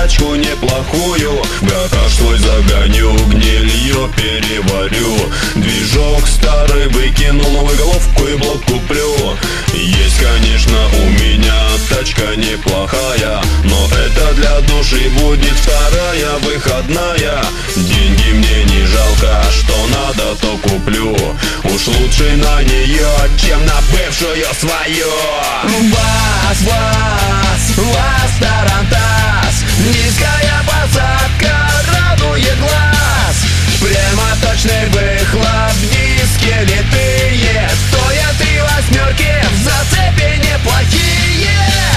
тачку неплохую, в гараж свой загоню, гнилью переварю. Движок старый выкинул, новую головку и блок куплю. Есть, конечно, у меня тачка неплохая, но это для души будет вторая выходная. Деньги мне не жалко, что надо, то куплю. Уж лучше на нее, чем на бывшую свою. ВАЗ, тарантас, низкая посадка радует глаз. Прямоточный выхлоп, диски литые, стоят и восьмерки в зацепе неплохие.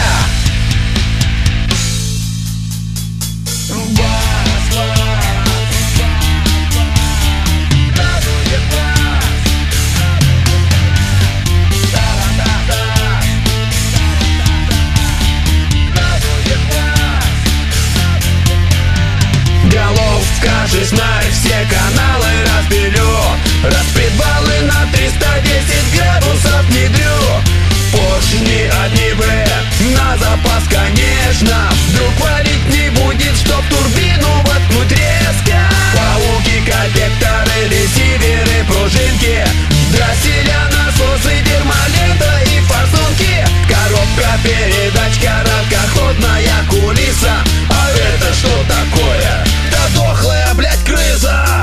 Жизнай, все каналы разбелю, распредвалы на 310 градусов внедрю. Поршни от Нивы на запас, конечно, вдруг валить не будет, чтоб турбину воткнуть резко. Пауки, коллекторы, ресиверы, пружинки, дросселя, насосы, термолента и форсунки. Коробка передач, короткоходная кулиса. А это что такое? Да дохлая, блядь, крыса!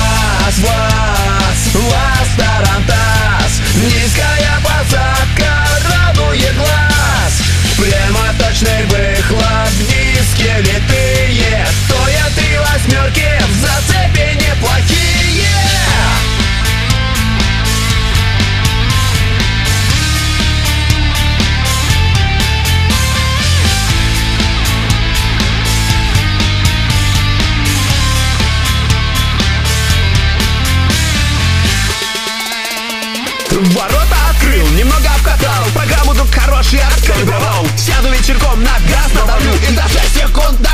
ВАЗ, тарантас, низкая посадка радует глаз. Прямоточный выхлоп, диски литые, стоят и восьмерки в зацепе неплохие. Ворота открыл, немного обкатал, программу друг хороший откалибровал. Сяду вечерком на газ, надавлю и за 6 секунд